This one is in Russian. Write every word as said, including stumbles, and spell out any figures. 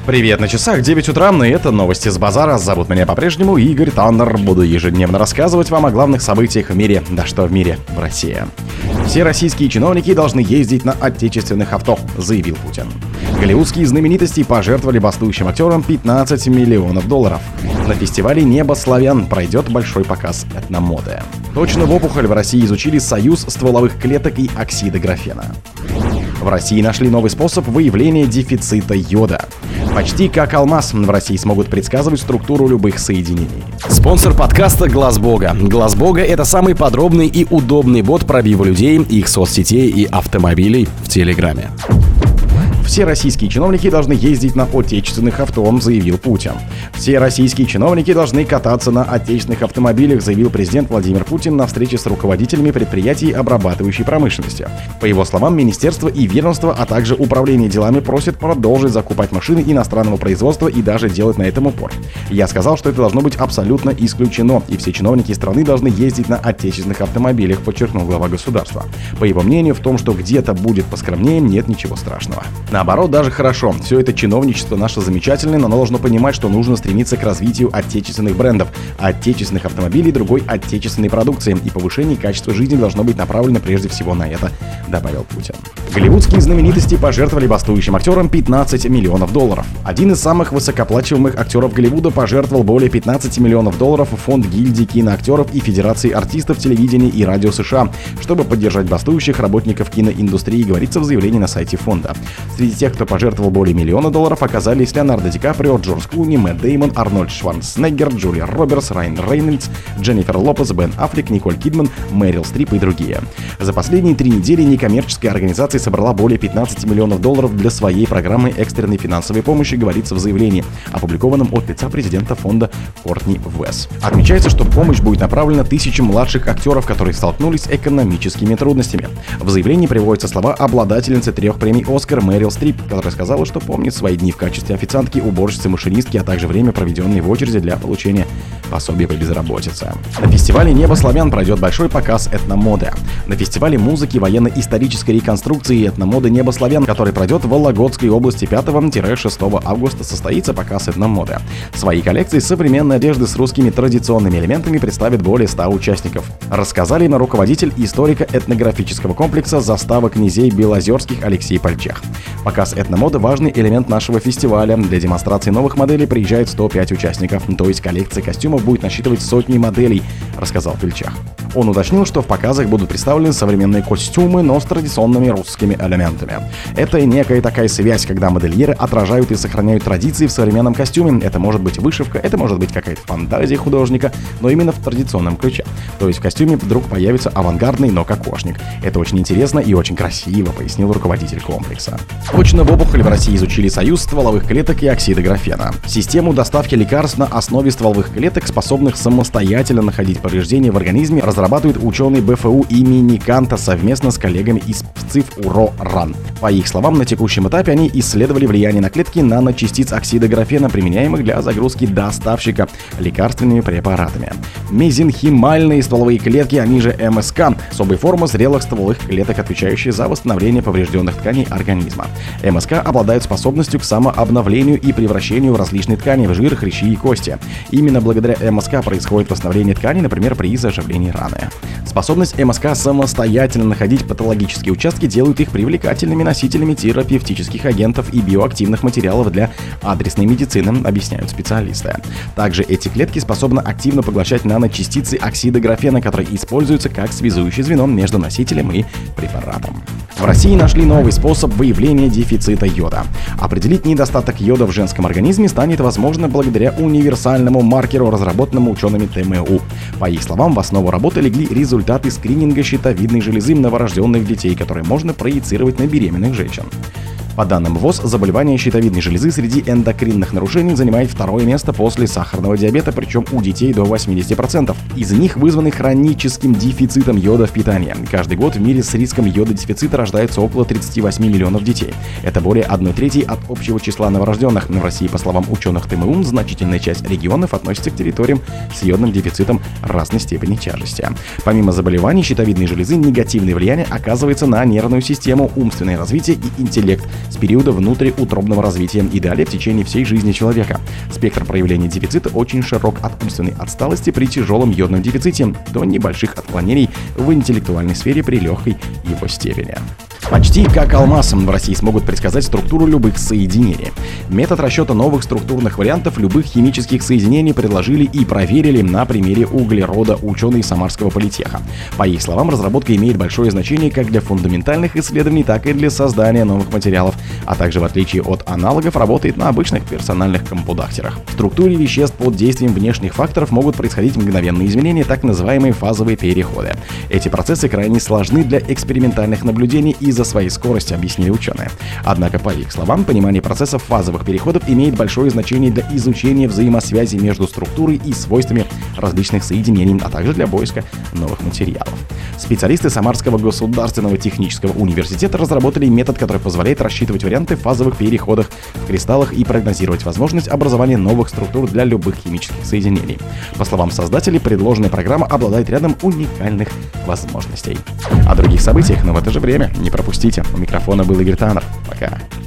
Привет, на часах девять утра, и это новости с базара. Зовут меня по-прежнему Игорь Таннер. Буду ежедневно рассказывать вам о главных событиях в мире. Да что в мире, в России. Все российские чиновники должны ездить на отечественных авто, заявил Путин. Голливудские знаменитости пожертвовали бастующим актерам пятнадцать миллионов долларов. На фестивале «Небо славян» пройдет большой показ этномоды. Точно в опухоль в России изучили союз стволовых клеток и оксида графена. В России нашли новый способ выявления дефицита йода. Почти как алмаз, в России смогут предсказывать структуру любых соединений. Спонсор подкаста Глаз Бога. Глаз Бога — это самый подробный и удобный бот пробива людей, их соцсетей и автомобилей в Телеграме. Все российские чиновники должны ездить на отечественных авто, заявил Путин. Все российские чиновники должны кататься на отечественных автомобилях, заявил президент Владимир Путин на встрече с руководителями предприятий обрабатывающей промышленности. По его словам, министерство и ведомство, а также управление делами просят продолжить закупать машины иностранного производства и даже делать на этом упор. Я сказал, что это должно быть абсолютно исключено, и все чиновники страны должны ездить на отечественных автомобилях, подчеркнул глава государства. По его мнению, в том, что где-то будет поскромнее, нет ничего страшного. Наоборот, даже хорошо. Все это чиновничество наше замечательное, но должно понимать, что нужно стремиться к развитию отечественных брендов, отечественных автомобилей и другой отечественной продукции, и повышение качества жизни должно быть направлено прежде всего на это, добавил Путин. Голливудские знаменитости пожертвовали бастующим актерам пятнадцать миллионов долларов. Один из самых высокооплачиваемых актеров Голливуда пожертвовал более пятнадцати миллионов долларов в фонд гильдии киноактеров и Федерации артистов телевидения и радио США, чтобы поддержать бастующих работников киноиндустрии, говорится в заявлении на сайте фонда. Среди тех, кто пожертвовал более миллиона долларов, оказались Леонардо Ди Каприо, Джордж Клуни, Мэтт Деймон, Арнольд Шварценеггер, Джулия Робертс, Райан Рейнольдс, Дженнифер Лопес, Бен Аффлек, Николь Кидман, Мэрил Стрип и другие. За последние три недели некоммерческая организация собрала более пятнадцати миллионов долларов для своей программы экстренной финансовой помощи, говорится в заявлении, опубликованном от лица президента фонда Кортни Весс. Отмечается, что помощь будет направлена тысячам младших актеров, которые столкнулись с экономическими трудностями. В заявлении приводятся слова обладательницы трех премий «Оскар» Мэрил Стрип, которая сказала, что помнит свои дни в качестве официантки, уборщицы, машинистки, а также время, проведенное в очереди для получения пособия по безработице. На фестивале «Небо славян» пройдет большой показ этномоды. На фестивале музыки, военно-исторической реконструкции и этномоды «Небо славян», который пройдет в Вологодской области пятого-шестого августа, состоится показ этномоды. Свои коллекции современной одежды с русскими традиционными элементами представит более ста участников. Рассказали на руководитель историко-этнографического комплекса «Застава князей Белозерских» Алексей Пальчах. Показ этномоды – важный элемент нашего фестиваля. Для демонстрации новых моделей приезжает сто пять участников, то есть коллекция костюмов будет насчитывать сотни моделей, рассказал Пельчах. Он уточнил, что в показах будут представлены современные костюмы, но с традиционными русскими элементами. Это некая такая связь, когда модельеры отражают и сохраняют традиции в современном костюме. Это может быть вышивка, это может быть какая-то фантазия художника, но именно в традиционном ключе. То есть в костюме вдруг появится авангардный, но кокошник. Это очень интересно и очень красиво, пояснил руководитель комплекса. Точно в опухоль в России изучили союз стволовых клеток и оксида графена. Систему доставки лекарств на основе стволовых клеток, способных самостоятельно находить повреждения в организме, разрабатывают ученые бэ эф у имени Канта совместно с коллегами из ПЦИФ-УРО-РАН. По их словам, на текущем этапе они исследовали влияние на клетки наночастиц оксида графена, применяемых для загрузки доставщика лекарственными препаратами. Мезенхимальные стволовые клетки, они же эм эс ка, особая форма зрелых стволовых клеток, отвечающие за восстановление поврежденных тканей организма. эм эс ка обладают способностью к самообновлению и превращению в различные ткани, в жир, хрящи и кости. Именно благодаря эм эс ка происходит восстановление тканей, например, при заживлении раны. Способность эм эс ка самостоятельно находить патологические участки делают их привлекательными носителями терапевтических агентов и биоактивных материалов для адресной медицины, объясняют специалисты. Также эти клетки способны активно поглощать наночастицы оксида графена, которые используются как связующее звено между носителем и препаратом. В России нашли новый способ выявления дефицита йода. Определить недостаток йода в женском организме станет возможно благодаря универсальному маркеру, разработанному учеными тэ эм у. По их словам, в основу работы легли результаты скрининга щитовидной железы новорожденных детей, которые можно проецировать на беременных женщин. По данным ВОЗ, заболевание щитовидной железы среди эндокринных нарушений занимает второе место после сахарного диабета, причем у детей до восьмидесяти процентов. Из них вызваны хроническим дефицитом йода в питании. Каждый год в мире с риском йододефицита рождается около тридцати восьми миллионов детей. Это более одной трети от общего числа новорожденных. В России, по словам ученых тэ эм у, значительная часть регионов относится к территориям с йодным дефицитом разной степени тяжести. Помимо заболеваний щитовидной железы, негативное влияние оказывается на нервную систему, умственное развитие и интеллект. с периода внутриутробного развития и далее в течение всей жизни человека. Спектр проявления дефицита очень широк от умственной отсталости при тяжелом йодном дефиците до небольших отклонений в интеллектуальной сфере при легкой его степени. Почти как алмаз в России смогут предсказать структуру любых соединений. Метод расчета новых структурных вариантов любых химических соединений предложили и проверили на примере углерода ученые Самарского политеха. По их словам, разработка имеет большое значение как для фундаментальных исследований, так и для создания новых материалов, а также, в отличие от аналогов, работает на обычных персональных компудахтерах. В структуре веществ под действием внешних факторов могут происходить мгновенные изменения, так называемые фазовые переходы. Эти процессы крайне сложны для экспериментальных наблюдений из-за своей скорости, объяснили ученые. Однако, по их словам, понимание процессов фазовых переходов имеет большое значение для изучения взаимосвязи между структурой и свойствами различных соединений, а также для поиска новых материалов. Специалисты Самарского государственного технического университета разработали метод, который позволяет рассчитывать варианты фазовых переходов в кристаллах и прогнозировать возможность образования новых структур для любых химических соединений. По словам создателей, предложенная программа обладает рядом уникальных возможностей. О других событиях, но в это же время не пропустите. У микрофона был Игорь Таннер. Пока.